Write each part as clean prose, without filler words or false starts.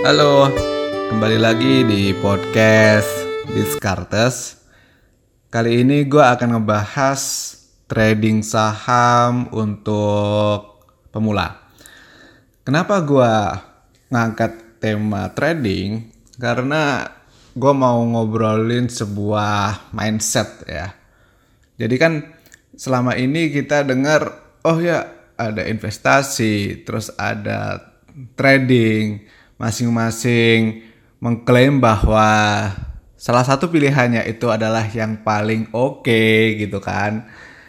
Halo, kembali lagi di podcast Descartes. Kali ini gue akan ngebahas trading saham untuk pemula. Kenapa gue ngangkat tema trading? Karena gue mau ngobrolin sebuah mindset ya. Jadi kan selama ini kita dengar, oh ya ada investasi, terus ada trading, masing-masing mengklaim bahwa salah satu pilihannya itu adalah yang paling oke gitu kan.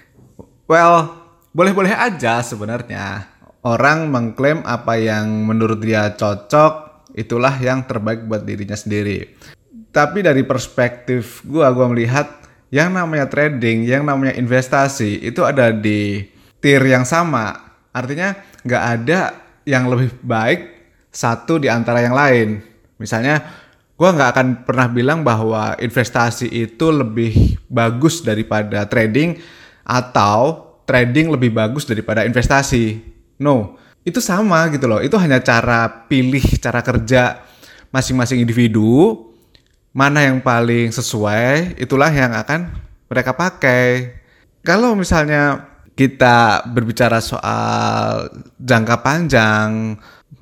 Well, boleh-boleh aja sebenarnya. Orang mengklaim apa yang menurut dia cocok, itulah yang terbaik buat dirinya sendiri. Tapi dari perspektif gua melihat yang namanya trading, yang namanya investasi itu ada di tier yang sama. Artinya nggak ada yang lebih baik satu di antara yang lain. Misalnya, gue nggak akan pernah bilang bahwa investasi itu lebih bagus daripada trading atau trading lebih bagus daripada investasi. No, itu sama gitu loh. Itu hanya cara pilih, cara kerja masing-masing individu. Mana yang paling sesuai, itulah yang akan mereka pakai. Kalau misalnya kita berbicara soal jangka panjang,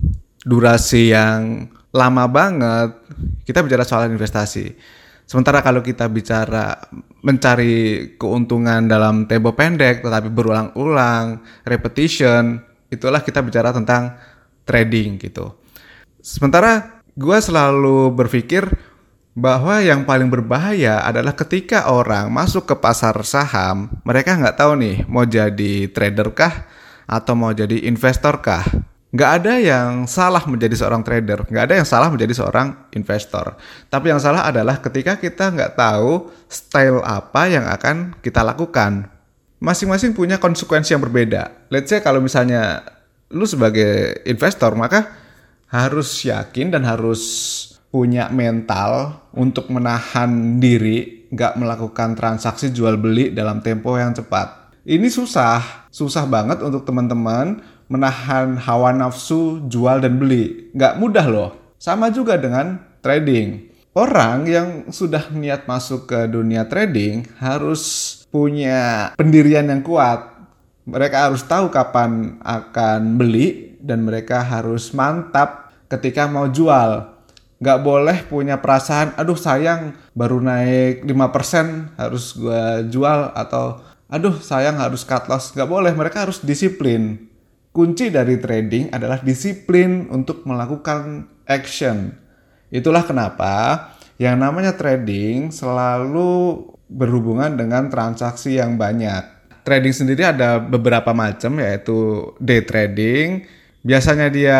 durasi yang lama banget, kita bicara soal investasi. Sementara kalau kita bicara mencari keuntungan dalam tempo pendek tetapi berulang-ulang, repetition, itulah kita bicara tentang trading gitu. Sementara gue selalu berpikir bahwa yang paling berbahaya adalah ketika orang masuk ke pasar saham, mereka nggak tahu nih mau jadi trader kah atau mau jadi investor kah. Nggak ada yang salah menjadi seorang trader, nggak ada yang salah menjadi seorang investor. Tapi yang salah adalah ketika kita nggak tahu style apa yang akan kita lakukan. Masing-masing punya konsekuensi yang berbeda. Let's say kalau misalnya lu sebagai investor, maka harus yakin dan harus punya mental untuk menahan diri, nggak melakukan transaksi jual beli dalam tempo yang cepat. Ini susah banget untuk teman-teman menahan hawa nafsu jual dan beli. Nggak mudah loh. Sama juga dengan trading. Orang yang sudah niat masuk ke dunia trading harus punya pendirian yang kuat. Mereka harus tahu kapan akan beli dan mereka harus mantap ketika mau jual. Nggak boleh punya perasaan, aduh sayang baru naik 5% harus gue jual, atau aduh sayang harus cut loss. Nggak boleh, mereka harus disiplin. Kunci dari trading adalah disiplin untuk melakukan action. Itulah kenapa yang namanya trading selalu berhubungan dengan transaksi yang banyak. Trading sendiri ada beberapa macam, yaitu day trading. Biasanya dia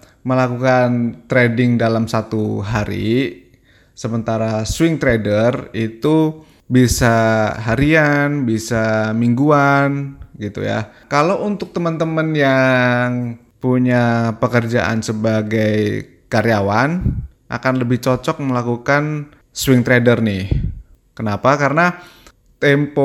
melakukan trading dalam satu hari, sementara swing trader itu bisa harian, bisa mingguan gitu ya. Kalau untuk teman-teman yang punya pekerjaan sebagai karyawan, akan lebih cocok melakukan swing trader nih. Kenapa? Karena tempo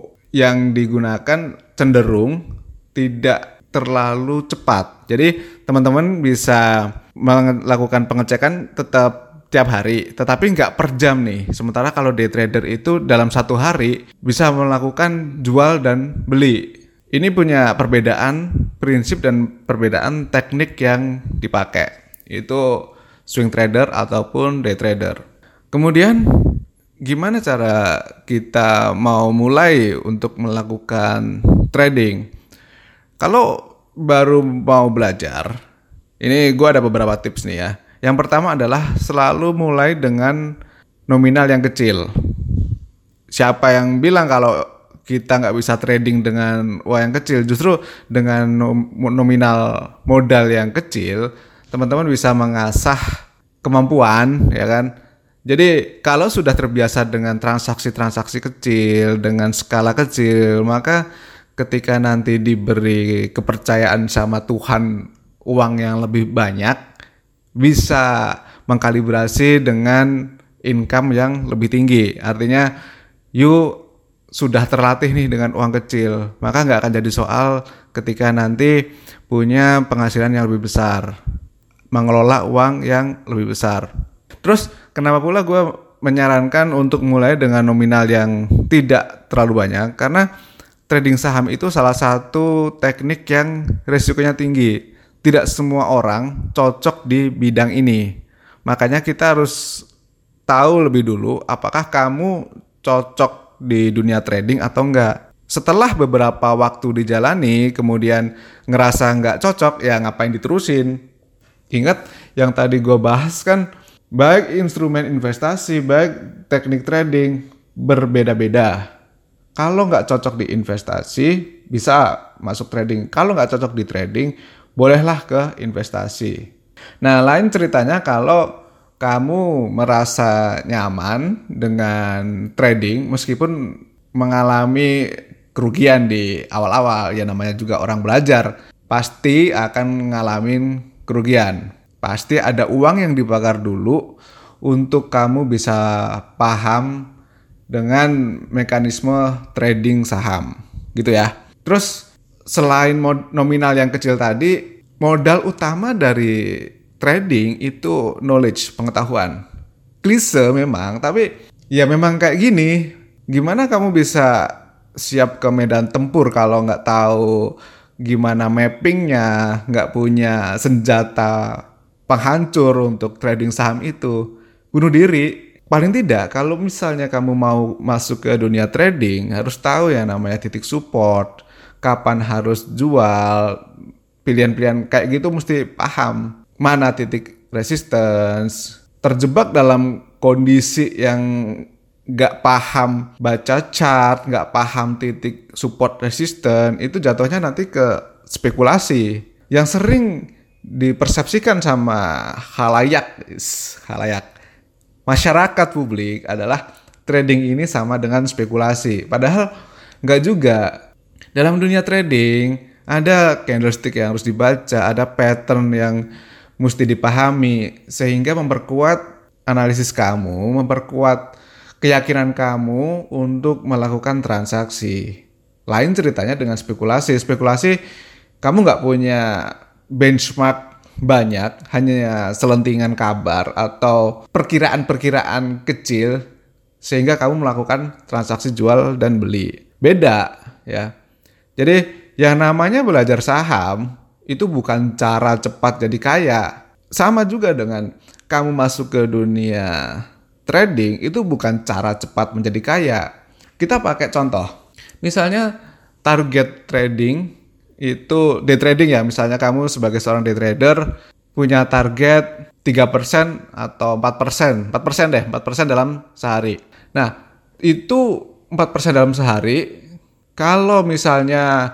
yang digunakan cenderung tidak terlalu cepat. Jadi teman-teman bisa melakukan pengecekan tetap tiap hari, tetapi nggak per jam nih. Sementara kalau day trader itu dalam satu hari bisa melakukan jual dan beli. Ini punya perbedaan prinsip dan perbedaan teknik yang dipakai. Itu swing trader ataupun day trader. Kemudian gimana cara kita mau mulai untuk melakukan trading? Kalau baru mau belajar, ini gue ada beberapa tips nih ya. Yang pertama adalah selalu mulai dengan nominal yang kecil. Siapa yang bilang kalau kita nggak bisa trading dengan uang yang kecil? Justru dengan nominal modal yang kecil, teman-teman bisa mengasah kemampuan, ya kan? Jadi kalau sudah terbiasa dengan transaksi-transaksi kecil, dengan skala kecil, maka ketika nanti diberi kepercayaan sama Tuhan uang yang lebih banyak, bisa mengkalibrasi dengan income yang lebih tinggi. Artinya you sudah terlatih nih dengan uang kecil, maka nggak akan jadi soal ketika nanti punya penghasilan yang lebih besar. mengelola uang yang lebih besar. Terus kenapa pula gue menyarankan untuk mulai dengan nominal yang tidak terlalu banyak? Karena trading saham itu salah satu teknik yang resikonya tinggi. Tidak semua orang cocok di bidang ini. Makanya kita harus tahu lebih dulu apakah kamu cocok di dunia trading atau enggak. Setelah beberapa waktu dijalani, kemudian ngerasa nggak cocok, ya ngapain diterusin? Ingat yang tadi gue bahas kan, baik instrumen investasi, baik teknik trading berbeda-beda. Kalau nggak cocok di investasi, bisa masuk trading. Kalau nggak cocok di trading, bolehlah ke investasi. Nah, lain ceritanya kalau kamu merasa nyaman dengan trading meskipun mengalami kerugian di awal-awal, ya namanya juga orang belajar, pasti akan ngalamin kerugian. Pasti ada uang yang dibakar dulu untuk kamu bisa paham dengan mekanisme trading saham, gitu ya. Terus selain nominal yang kecil tadi, modal utama dari trading itu knowledge, pengetahuan. Klise memang, tapi ya memang kayak gini. Gimana kamu bisa siap ke medan tempur kalau nggak tahu gimana mappingnya, nggak punya senjata penghancur untuk trading saham itu? Bunuh diri. Paling tidak, kalau misalnya kamu mau masuk ke dunia trading, harus tahu yang namanya titik support, kapan harus jual, pilihan-pilihan kayak gitu mesti paham. Mana titik resistance, terjebak dalam kondisi yang nggak paham baca chart, nggak paham titik support resistance, itu jatuhnya nanti ke spekulasi yang sering dipersepsikan sama halayak. Masyarakat publik adalah trading ini sama dengan spekulasi. Padahal nggak juga. Dalam dunia trading ada candlestick yang harus dibaca, ada pattern yang mesti dipahami sehingga memperkuat analisis kamu, memperkuat keyakinan kamu untuk melakukan transaksi. Lain ceritanya dengan spekulasi. Spekulasi kamu nggak punya benchmark banyak, hanya selentingan kabar atau perkiraan-perkiraan kecil sehingga kamu melakukan transaksi jual dan beli. Beda ya. Jadi yang namanya belajar saham itu bukan cara cepat jadi kaya. Sama juga dengan kamu masuk ke dunia trading, itu bukan cara cepat menjadi kaya. Kita pakai contoh. Misalnya target trading itu day trading ya. Misalnya kamu sebagai seorang day trader punya target 3% atau 4%. 4% deh, 4% dalam sehari. Nah, itu 4% dalam sehari. Kalau misalnya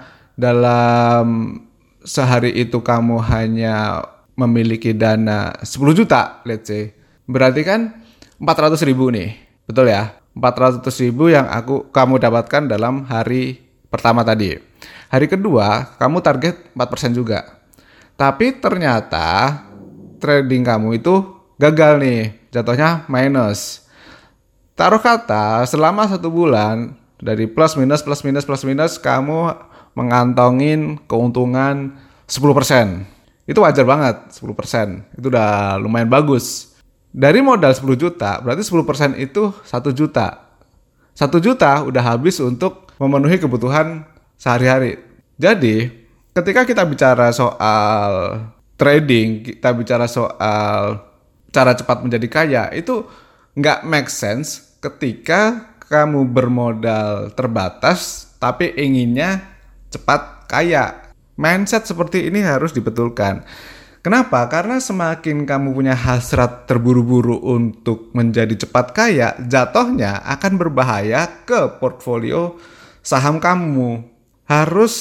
dalam sehari itu kamu hanya memiliki dana 10 juta, let's say. Berarti kan 400.000 nih, betul ya? 400.000 yang kamu dapatkan dalam hari pertama tadi. Hari kedua, kamu target 4% juga. Tapi ternyata trading kamu itu gagal nih, jatuhnya minus. Taruh kata selama 1 bulan, dari plus minus, kamu mengantongin keuntungan 10%. Itu wajar banget, 10%. Itu udah lumayan bagus. Dari modal 10 juta, berarti 10% itu 1 juta. 1 juta udah habis untuk memenuhi kebutuhan sehari-hari. Jadi, ketika kita bicara soal trading, kita bicara soal cara cepat menjadi kaya, itu nggak make sense ketika kamu bermodal terbatas, tapi inginnya cepat kaya. Mindset seperti ini harus dibetulkan. Kenapa? Karena semakin kamu punya hasrat terburu-buru untuk menjadi cepat kaya, jatuhnya akan berbahaya ke portfolio saham kamu. Harus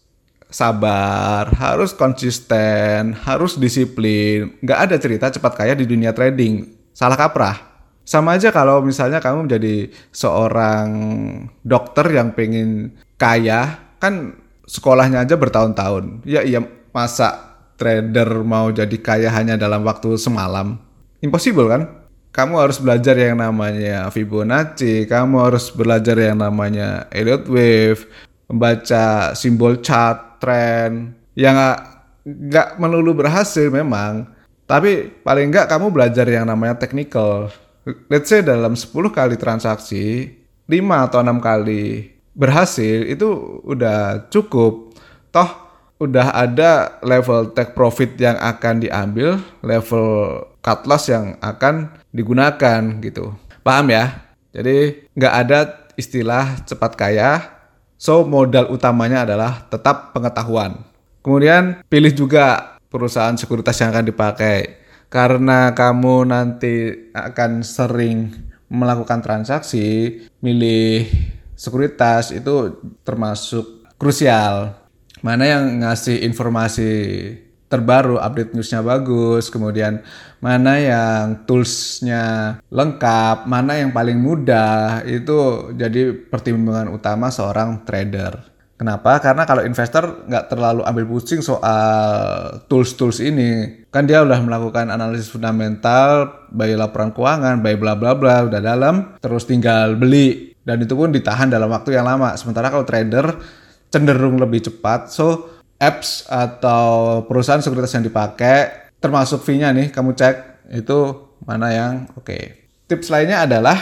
sabar, harus konsisten, harus disiplin. Nggak ada cerita cepat kaya di dunia trading. Salah kaprah. Sama aja kalau misalnya kamu menjadi seorang dokter yang pengen kaya, kan sekolahnya aja bertahun-tahun. Ya iya, masa trader mau jadi kaya hanya dalam waktu semalam? Impossible kan? Kamu harus belajar yang namanya Fibonacci, kamu harus belajar yang namanya Elliott Wave, membaca simbol chart, trend. Yang nggak melulu berhasil memang, Tapi paling enggak kamu belajar yang namanya technical. Let's say dalam 10 kali transaksi, 5 atau 6 kali berhasil itu udah cukup. Toh udah ada level take profit yang akan diambil, level cut loss yang akan digunakan gitu. Paham ya? Jadi nggak ada istilah cepat kaya, so modal utamanya adalah tetap pengetahuan. Kemudian pilih juga perusahaan sekuritas yang akan dipakai. Karena kamu nanti akan sering melakukan transaksi, milih sekuritas itu termasuk krusial. Mana yang ngasih informasi terbaru, update newsnya bagus, kemudian mana yang toolsnya lengkap, mana yang paling mudah, itu jadi pertimbangan utama seorang trader. Kenapa? Karena kalau investor nggak terlalu ambil pusing soal tools-tools ini. Kan dia udah melakukan analisis fundamental, by laporan keuangan, by bla bla bla, udah dalam, terus tinggal beli. Dan itu pun ditahan dalam waktu yang lama. Sementara kalau trader cenderung lebih cepat. So, apps atau perusahaan sekuritas yang dipakai, termasuk fee-nya nih, kamu cek itu mana yang oke. Tips lainnya adalah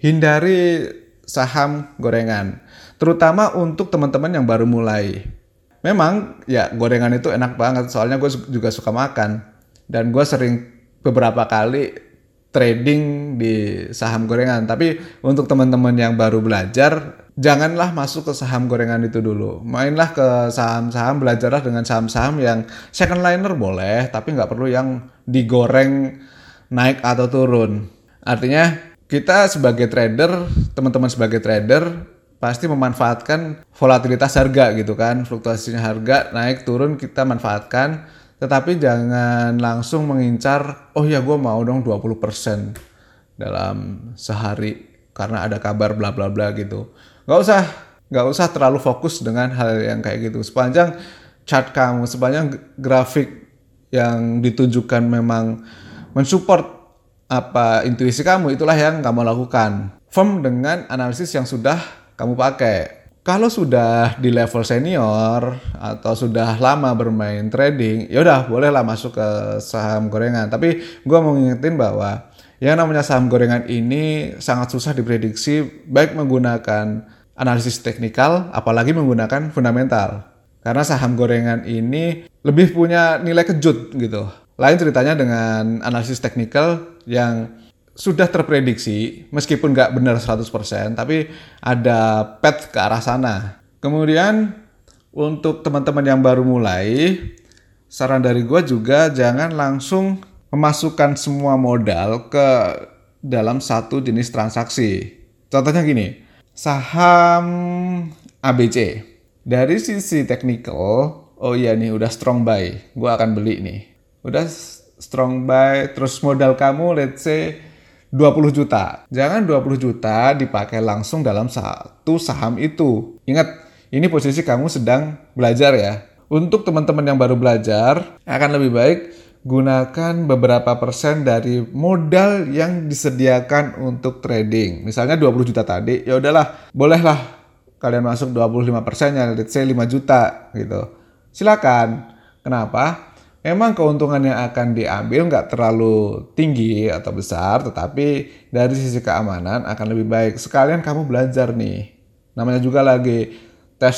hindari saham gorengan. Terutama untuk teman-teman yang baru mulai. Memang ya gorengan itu enak banget, soalnya gue juga suka makan. Dan gue sering beberapa kali trading di saham gorengan. Tapi untuk teman-teman yang baru belajar, janganlah masuk ke saham gorengan itu dulu. Mainlah ke saham-saham, belajarlah dengan saham-saham yang second liner boleh, tapi nggak perlu yang digoreng naik atau turun. Artinya kita sebagai trader, teman-teman sebagai trader, pasti memanfaatkan volatilitas harga gitu kan, fluktuasinya harga naik turun kita manfaatkan, tetapi jangan langsung mengincar, oh ya gue mau dong 20% dalam sehari karena ada kabar bla bla bla gitu. Nggak usah terlalu fokus dengan hal yang kayak gitu. Sepanjang chart kamu, sepanjang grafik yang ditunjukkan memang mensupport apa intuisi kamu, itulah yang kamu lakukan. Firm dengan analisis yang sudah kamu pakai. Kalau sudah di level senior atau sudah lama bermain trading, ya udah bolehlah masuk ke saham gorengan. Tapi gue mau ngingetin bahwa yang namanya saham gorengan ini sangat susah diprediksi, baik menggunakan analisis teknikal, apalagi menggunakan fundamental. Karena saham gorengan ini lebih punya nilai kejut gitu. Lain ceritanya dengan analisis teknikal yang sudah terprediksi, meskipun nggak benar 100%, tapi ada path ke arah sana. Kemudian, untuk teman-teman yang baru mulai, saran dari gue juga jangan langsung memasukkan semua modal ke dalam satu jenis transaksi. Contohnya gini, saham ABC. Dari sisi teknikal, oh iya nih udah strong buy, gue akan beli nih. Udah strong buy, terus modal kamu let's say 20 juta. Jangan 20 juta dipakai langsung dalam satu saham itu. Ingat, ini posisi kamu sedang belajar ya. Untuk teman-teman yang baru belajar, akan lebih baik gunakan beberapa persen dari modal yang disediakan untuk trading. Misalnya 20 juta tadi, ya udahlah, bolehlah kalian masuk 25%-nya, let's say 5 juta gitu. Silakan. Kenapa? Memang keuntungan yang akan diambil nggak terlalu tinggi atau besar, tetapi dari sisi keamanan akan lebih baik. Sekalian kamu belajar nih. Namanya juga lagi tes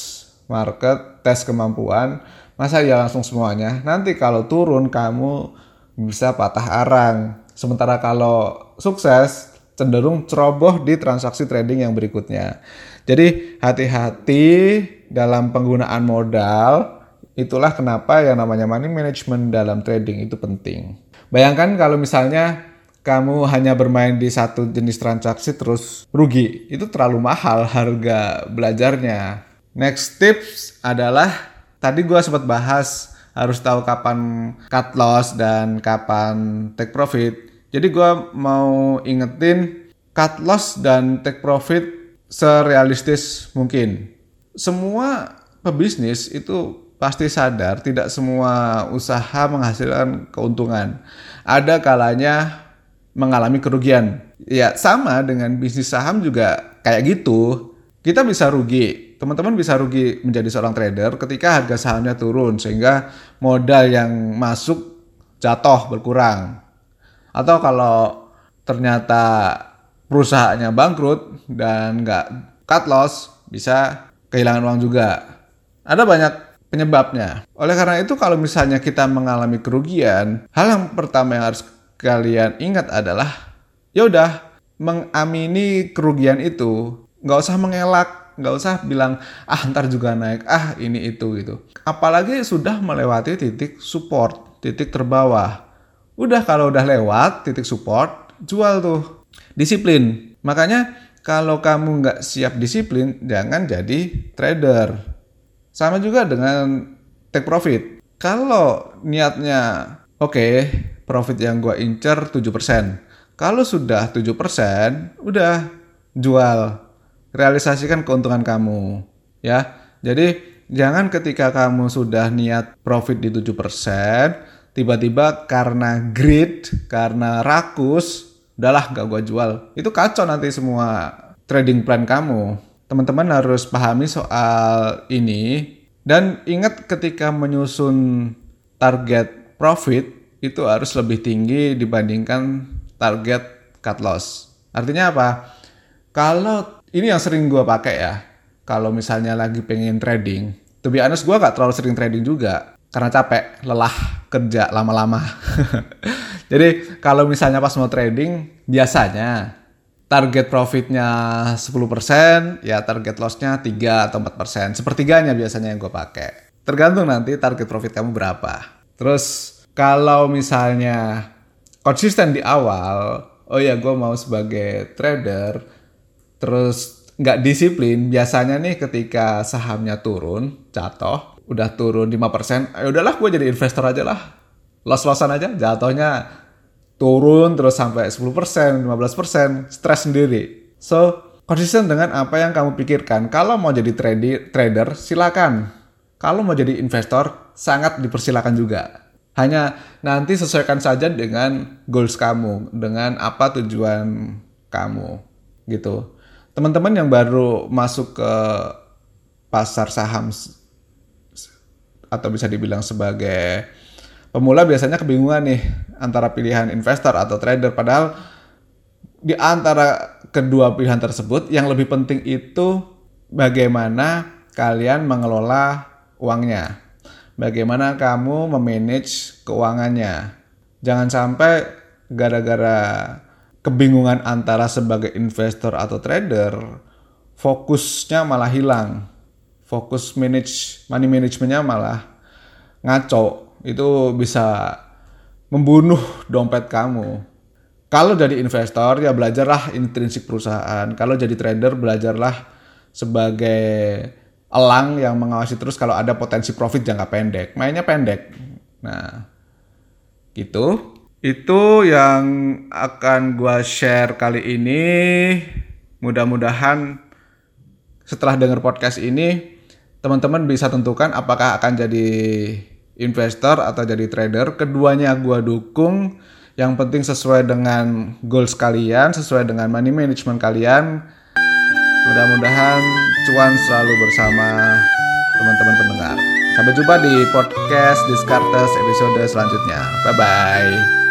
market, tes kemampuan. Masa ya langsung semuanya? Nanti kalau turun kamu bisa patah arang. Sementara kalau sukses, cenderung ceroboh di transaksi trading yang berikutnya. Jadi hati-hati dalam penggunaan modal. Itulah kenapa yang namanya money management dalam trading itu penting. Bayangkan kalau misalnya kamu hanya bermain di satu jenis transaksi terus rugi. Itu terlalu mahal harga belajarnya. Next tips adalah, tadi gue sempat bahas harus tahu kapan cut loss dan kapan take profit. Jadi gue mau ingetin cut loss dan take profit serealistis mungkin. Semua pebisnis itu pasti sadar tidak semua usaha menghasilkan keuntungan. Ada kalanya mengalami kerugian. Ya sama dengan bisnis saham juga kayak gitu. Kita bisa rugi, teman-teman bisa rugi menjadi seorang trader ketika harga sahamnya turun sehingga modal yang masuk jatuh, berkurang. Atau kalau ternyata perusahaannya bangkrut dan nggak cut loss, bisa kehilangan uang juga. Ada banyak penyebabnya. Oleh karena itu, kalau misalnya kita mengalami kerugian, hal yang pertama yang harus kalian ingat adalah, ya udah, mengamini kerugian itu. Nggak usah mengelak, nggak usah bilang, ntar juga naik, ini itu gitu. Apalagi sudah melewati titik support, titik terbawah. Udah, kalau udah lewat titik support, jual tuh. Disiplin. Makanya kalau kamu nggak siap disiplin, jangan jadi trader. Sama juga dengan take profit. Kalau niatnya, oke, profit yang gue incer 7%. Kalau sudah 7%, udah jual. Realisasikan keuntungan kamu. Ya, jadi jangan ketika kamu sudah niat profit di 7%, tiba-tiba karena greed, karena rakus, udahlah gak gue jual. Itu kacau nanti semua trading plan kamu. Teman-teman harus pahami soal ini. Dan ingat ketika menyusun target profit, itu harus lebih tinggi dibandingkan target cut loss. Artinya apa? Kalau ini yang sering gue pakai ya. Kalau misalnya lagi pengen trading. To be honest, gue gak terlalu sering trading juga. Karena capek, lelah, kerja lama-lama. Jadi kalau misalnya pas mau trading, biasanya target profitnya 10%, ya target lossnya 3 atau 4%. Sepertiganya biasanya yang gue pakai. Tergantung nanti target profit kamu berapa. Terus kalau misalnya konsisten di awal, oh ya gue mau sebagai trader, terus nggak disiplin, biasanya nih ketika sahamnya turun, jatuh, udah turun 5%, ya udahlah gue jadi investor aja lah. Loss-lossan aja, jatuhnya turun terus sampai 10%, 15%, stres sendiri. So, konsisten dengan apa yang kamu pikirkan. Kalau mau jadi trader, silakan. Kalau mau jadi investor, sangat dipersilakan juga. Hanya nanti sesuaikan saja dengan goals kamu, dengan apa tujuan kamu, gitu. Teman-teman yang baru masuk ke pasar saham atau bisa dibilang sebagai pemula biasanya kebingungan nih antara pilihan investor atau trader. Padahal di antara kedua pilihan tersebut yang lebih penting itu bagaimana kalian mengelola uangnya. Bagaimana kamu memanage keuangannya. Jangan sampai gara-gara kebingungan antara sebagai investor atau trader, fokusnya malah hilang. Fokus money managementnya malah ngaco. Itu bisa membunuh dompet kamu. Kalau jadi investor, ya belajarlah intrinsik perusahaan. Kalau jadi trader, belajarlah sebagai elang yang mengawasi terus kalau ada potensi profit jangka pendek. Mainnya pendek. Nah, gitu. Itu yang akan gue share kali ini. Mudah-mudahan setelah dengar podcast ini, teman-teman bisa tentukan apakah akan jadi investor atau jadi trader. Keduanya gue dukung. Yang penting sesuai dengan goals kalian, sesuai dengan money management kalian. Mudah-mudahan cuan selalu bersama teman-teman pendengar. Sampai jumpa di podcast Descartes episode selanjutnya. Bye-bye.